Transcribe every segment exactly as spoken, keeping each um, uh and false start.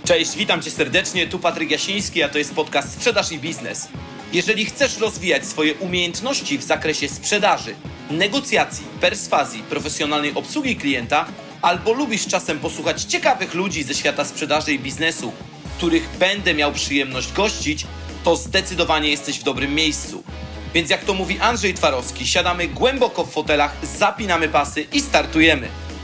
Cześć, witam Cię serdecznie, tu Patryk Jasiński, a to jest podcast Sprzedaż i Biznes. Jeżeli chcesz rozwijać swoje umiejętności w zakresie sprzedaży, negocjacji, perswazji, profesjonalnej obsługi klienta, albo lubisz czasem posłuchać ciekawych ludzi ze świata sprzedaży i biznesu, których będę miał przyjemność gościć, to zdecydowanie jesteś w dobrym miejscu. Więc jak to mówi Andrzej Twarowski, siadamy głęboko w fotelach, zapinamy pasy i startujemy.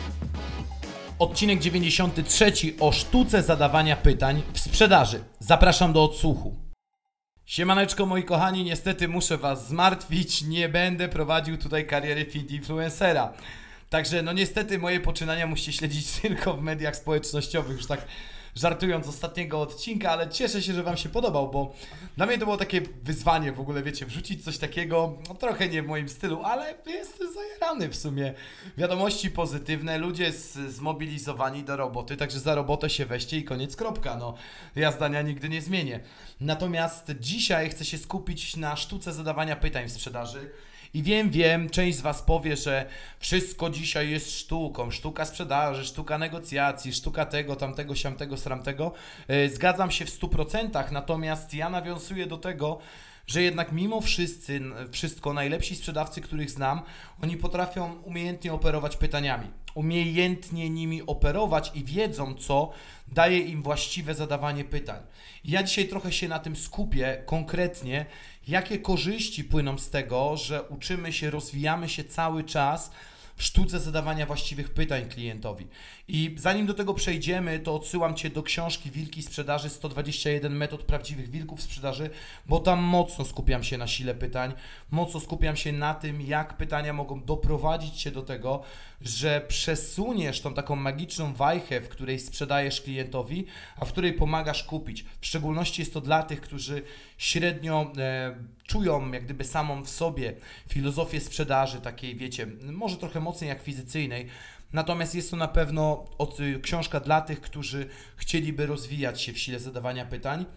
Odcinek dziewięćdziesiąty trzeci o sztuce zadawania pytań w sprzedaży. Zapraszam do odsłuchu. Siemaneczko moi kochani, niestety muszę Was zmartwić, nie będę prowadził tutaj kariery feed influencera. Także no niestety moje poczynania musicie śledzić tylko w mediach społecznościowych, już tak żartując z ostatniego odcinka, ale cieszę się, że Wam się podobał, bo dla mnie to było takie wyzwanie w ogóle, wiecie, wrzucić coś takiego, no trochę nie w moim stylu, ale jestem zajarany w sumie. Wiadomości pozytywne, ludzie z, zmobilizowani do roboty, także za robotę się weźcie i koniec, kropka, no. Ja zdania nigdy nie zmienię. Natomiast dzisiaj chcę się skupić na sztuce zadawania pytań w sprzedaży. I wiem, wiem, część z Was powie, że wszystko dzisiaj jest sztuką, sztuka sprzedaży, sztuka negocjacji, sztuka tego, tamtego, siamtego, sramtego. Zgadzam się w stu procentach, natomiast ja nawiązuję do tego, że jednak mimo wszyscy, wszystko najlepsi sprzedawcy, których znam, oni potrafią umiejętnie operować pytaniami, umiejętnie nimi operować i wiedzą, co daje im właściwe zadawanie pytań. I ja dzisiaj trochę się na tym skupię konkretnie, jakie korzyści płyną z tego, że uczymy się, rozwijamy się cały czas w sztuce zadawania właściwych pytań klientowi. I zanim do tego przejdziemy, to odsyłam Cię do książki Wilki Sprzedaży, sto dwadzieścia jeden metod prawdziwych wilków sprzedaży, bo tam mocno skupiam się na sile pytań, mocno skupiam się na tym, jak pytania mogą doprowadzić Cię do tego, że przesuniesz tą taką magiczną wajchę, w której sprzedajesz klientowi, a w której pomagasz kupić. W szczególności jest to dla tych, którzy średnio e, czują jak gdyby samą w sobie filozofię sprzedaży, takiej wiecie, może trochę mocniej akwizycyjnej, natomiast jest to na pewno od, książka dla tych, którzy chcieliby rozwijać się w sile zadawania pytań.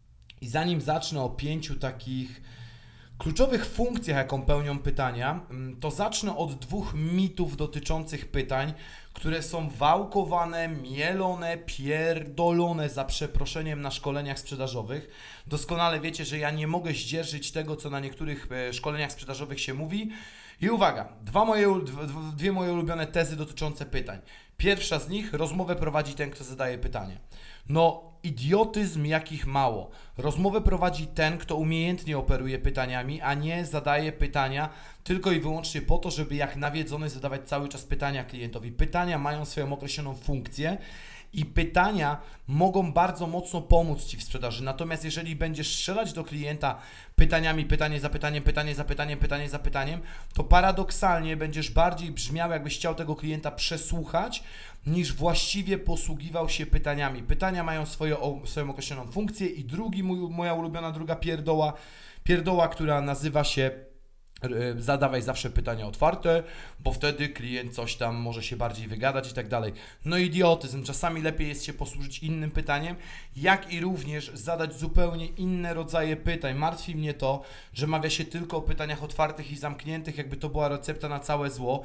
I zanim zacznę o pięciu takich kluczowych funkcjach, jaką pełnią pytania, to zacznę od dwóch mitów dotyczących pytań, które są wałkowane, mielone, pierdolone za przeproszeniem na szkoleniach sprzedażowych. Doskonale wiecie, że ja nie mogę zdzierżyć tego, co na niektórych szkoleniach sprzedażowych się mówi. I uwaga, dwa moje, dwie moje ulubione tezy dotyczące pytań. Pierwsza z nich, rozmowę prowadzi ten, kto zadaje pytanie. No, idiotyzm jakich mało. Rozmowę prowadzi ten, kto umiejętnie operuje pytaniami, a nie zadaje pytania tylko i wyłącznie po to, żeby jak nawiedzony zadawać cały czas pytania klientowi. Pytania mają swoją określoną funkcję i pytania mogą bardzo mocno pomóc Ci w sprzedaży. Natomiast jeżeli będziesz strzelać do klienta pytaniami, pytanie za pytaniem, pytanie za pytaniem, pytanie za pytaniem, to paradoksalnie będziesz bardziej brzmiał, jakbyś chciał tego klienta przesłuchać, niż właściwie posługiwał się pytaniami. Pytania mają swoją, swoją określoną funkcję i drugi, mój, moja ulubiona druga pierdoła, pierdoła, która nazywa się zadawaj zawsze pytania otwarte, bo wtedy klient coś tam może się bardziej wygadać i tak dalej. No idiotyzm, czasami lepiej jest się posłużyć innym pytaniem, jak i również zadać zupełnie inne rodzaje pytań. Martwi mnie to, że mawia się tylko o pytaniach otwartych i zamkniętych, jakby to była recepta na całe zło.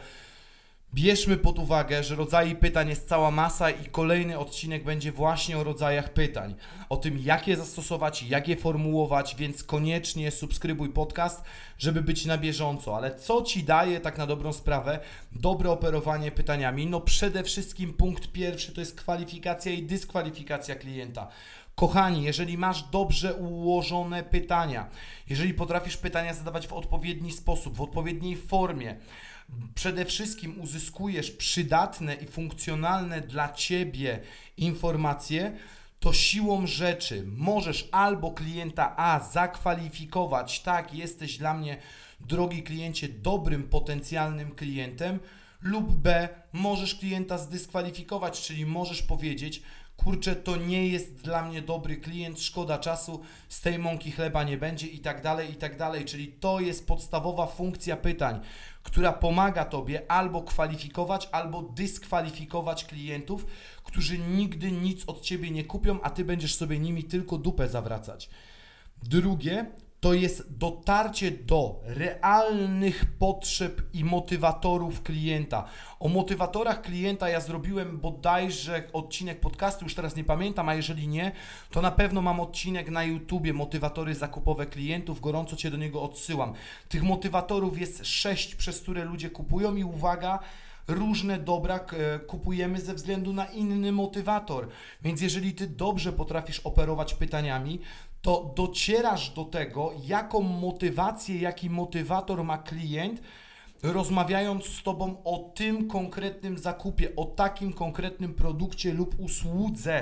Bierzmy pod uwagę, że rodzajów pytań jest cała masa i kolejny odcinek będzie właśnie o rodzajach pytań. O tym, jak je zastosować, jak je formułować, więc koniecznie subskrybuj podcast, żeby być na bieżąco. Ale co Ci daje tak na dobrą sprawę dobre operowanie pytaniami? No przede wszystkim punkt pierwszy to jest kwalifikacja i dyskwalifikacja klienta. Kochani, jeżeli masz dobrze ułożone pytania, jeżeli potrafisz pytania zadawać w odpowiedni sposób, w odpowiedniej formie, przede wszystkim uzyskujesz przydatne i funkcjonalne dla Ciebie informacje, to siłą rzeczy możesz albo klienta A zakwalifikować, tak, jesteś dla mnie, drogi kliencie, dobrym potencjalnym klientem, lub B, możesz klienta zdyskwalifikować, czyli możesz powiedzieć, kurczę, to nie jest dla mnie dobry klient, szkoda czasu, z tej mąki chleba nie będzie i tak dalej, i tak dalej. Czyli to jest podstawowa funkcja pytań, która pomaga Tobie albo kwalifikować, albo dyskwalifikować klientów, którzy nigdy nic od Ciebie nie kupią, a Ty będziesz sobie nimi tylko dupę zawracać. Drugie, to jest dotarcie do realnych potrzeb i motywatorów klienta. O motywatorach klienta ja zrobiłem bodajże odcinek podcastu, już teraz nie pamiętam, a jeżeli nie, to na pewno mam odcinek na YouTubie, motywatory zakupowe klientów, gorąco Cię do niego odsyłam. Tych motywatorów jest sześć, przez które ludzie kupują i uwaga, różne dobra kupujemy ze względu na inny motywator. Więc jeżeli Ty dobrze potrafisz operować pytaniami, to docierasz do tego, jaką motywację, jaki motywator ma klient, rozmawiając z Tobą o tym konkretnym zakupie, o takim konkretnym produkcie lub usłudze.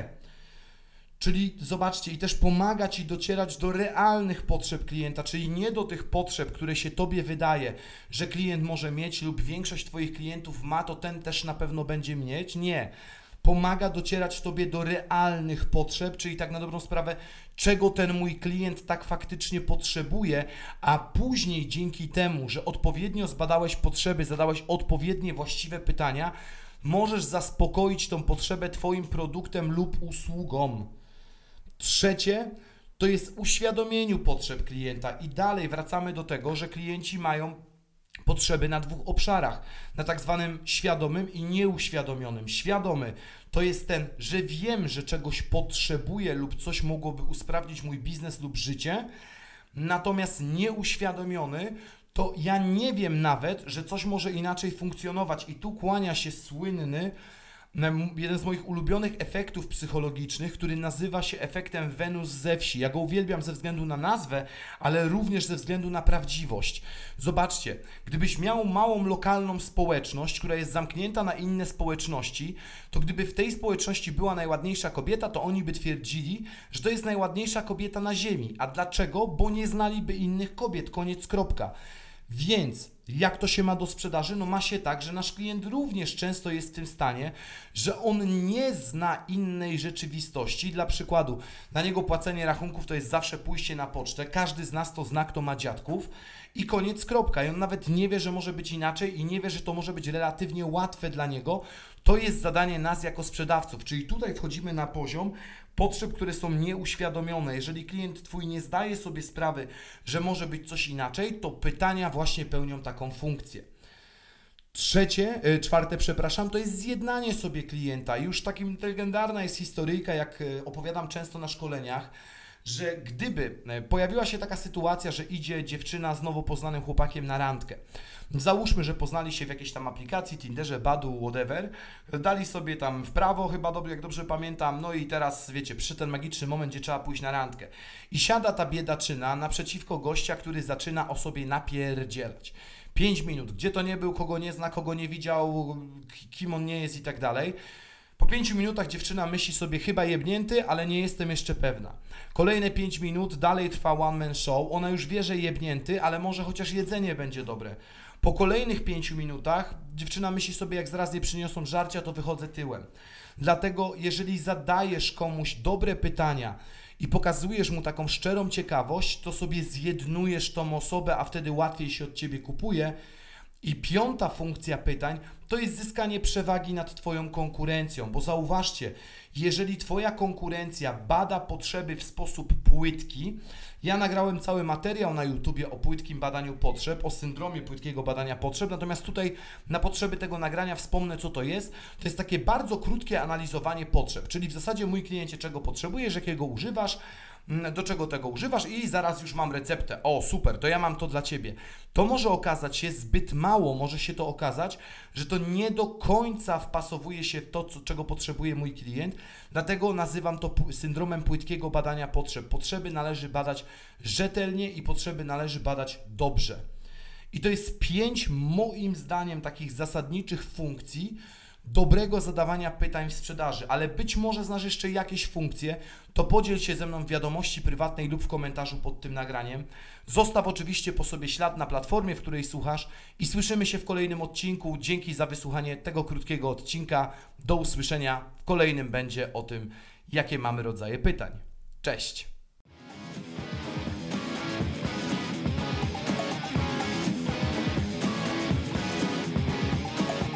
Czyli zobaczcie, i też pomaga Ci docierać do realnych potrzeb klienta, czyli nie do tych potrzeb, które się Tobie wydaje, że klient może mieć lub większość Twoich klientów ma, to ten też na pewno będzie mieć. Nie. Pomaga docierać Tobie do realnych potrzeb, czyli tak na dobrą sprawę, czego ten mój klient tak faktycznie potrzebuje, a później dzięki temu, że odpowiednio zbadałeś potrzeby, zadałeś odpowiednie, właściwe pytania, możesz zaspokoić tą potrzebę Twoim produktem lub usługą. Trzecie, to jest uświadomieniu potrzeb klienta i dalej wracamy do tego, że klienci mają potrzeby na dwóch obszarach, na tak zwanym świadomym i nieuświadomionym. Świadomy to jest ten, że wiem, że czegoś potrzebuję lub coś mogłoby usprawnić mój biznes lub życie, natomiast nieuświadomiony to ja nie wiem nawet, że coś może inaczej funkcjonować i tu kłania się słynny, jeden z moich ulubionych efektów psychologicznych, który nazywa się efektem Wenus ze wsi. Ja go uwielbiam ze względu na nazwę, ale również ze względu na prawdziwość. Zobaczcie, gdybyś miał małą lokalną społeczność, która jest zamknięta na inne społeczności, to gdyby w tej społeczności była najładniejsza kobieta, to oni by twierdzili, że to jest najładniejsza kobieta na ziemi. A dlaczego? Bo nie znaliby innych kobiet. Koniec, kropka. Więc jak to się ma do sprzedaży? No ma się tak, że nasz klient również często jest w tym stanie, że on nie zna innej rzeczywistości. Dla przykładu, dla niego płacenie rachunków to jest zawsze pójście na pocztę. Każdy z nas to zna, kto ma dziadków i koniec, kropka. I on nawet nie wie, że może być inaczej i nie wie, że to może być relatywnie łatwe dla niego. To jest zadanie nas jako sprzedawców, czyli tutaj wchodzimy na poziom potrzeb, które są nieuświadomione. Jeżeli klient Twój nie zdaje sobie sprawy, że może być coś inaczej, to pytania właśnie pełnią taką funkcję. Trzecie, yy, czwarte, przepraszam, to jest zjednanie sobie klienta. Już takim legendarna jest historyjka, jak yy, opowiadam często na szkoleniach, że gdyby pojawiła się taka sytuacja, że idzie dziewczyna z nowo poznanym chłopakiem na randkę. Załóżmy, że poznali się w jakiejś tam aplikacji, Tinderze, Badu, whatever, dali sobie tam w prawo, chyba dobrze, jak dobrze pamiętam, no i teraz, wiecie, przyszedł ten magiczny moment, gdzie trzeba pójść na randkę. I siada ta biedaczyna naprzeciwko gościa, który zaczyna o sobie napierdzielać. Pięć minut, gdzie to nie był, kogo nie zna, kogo nie widział, kim on nie jest i tak dalej. Po pięciu minutach dziewczyna myśli sobie, chyba jebnięty, ale nie jestem jeszcze pewna. Kolejne pięć minut, dalej trwa one man show, ona już wie, że jebnięty, ale może chociaż jedzenie będzie dobre. Po kolejnych pięciu minutach dziewczyna myśli sobie, jak zaraz nie przyniosą żarcia, to wychodzę tyłem. Dlatego jeżeli zadajesz komuś dobre pytania i pokazujesz mu taką szczerą ciekawość, to sobie zjednujesz tą osobę, a wtedy łatwiej się od Ciebie kupuje. I piąta funkcja pytań to jest zyskanie przewagi nad Twoją konkurencją, bo zauważcie, jeżeli Twoja konkurencja bada potrzeby w sposób płytki, ja nagrałem cały materiał na YouTubie o płytkim badaniu potrzeb, o syndromie płytkiego badania potrzeb, natomiast tutaj na potrzeby tego nagrania wspomnę, co to jest. To jest takie bardzo krótkie analizowanie potrzeb, czyli w zasadzie mój kliencie, czego potrzebujesz, jakiego używasz, do czego tego używasz i zaraz już mam receptę. O, super, to ja mam to dla Ciebie. To może okazać się zbyt mało, może się to okazać, że to nie do końca wpasowuje się w to, co, czego potrzebuje mój klient, dlatego nazywam to syndromem płytkiego badania potrzeb. Potrzeby należy badać rzetelnie i potrzeby należy badać dobrze. I to jest pięć, moim zdaniem, takich zasadniczych funkcji dobrego zadawania pytań w sprzedaży, ale być może znasz jeszcze jakieś funkcje, to podziel się ze mną w wiadomości prywatnej lub w komentarzu pod tym nagraniem. Zostaw oczywiście po sobie ślad na platformie, w której słuchasz i słyszymy się w kolejnym odcinku. Dzięki za wysłuchanie tego krótkiego odcinka. Do usłyszenia w kolejnym będzie o tym, jakie mamy rodzaje pytań. Cześć!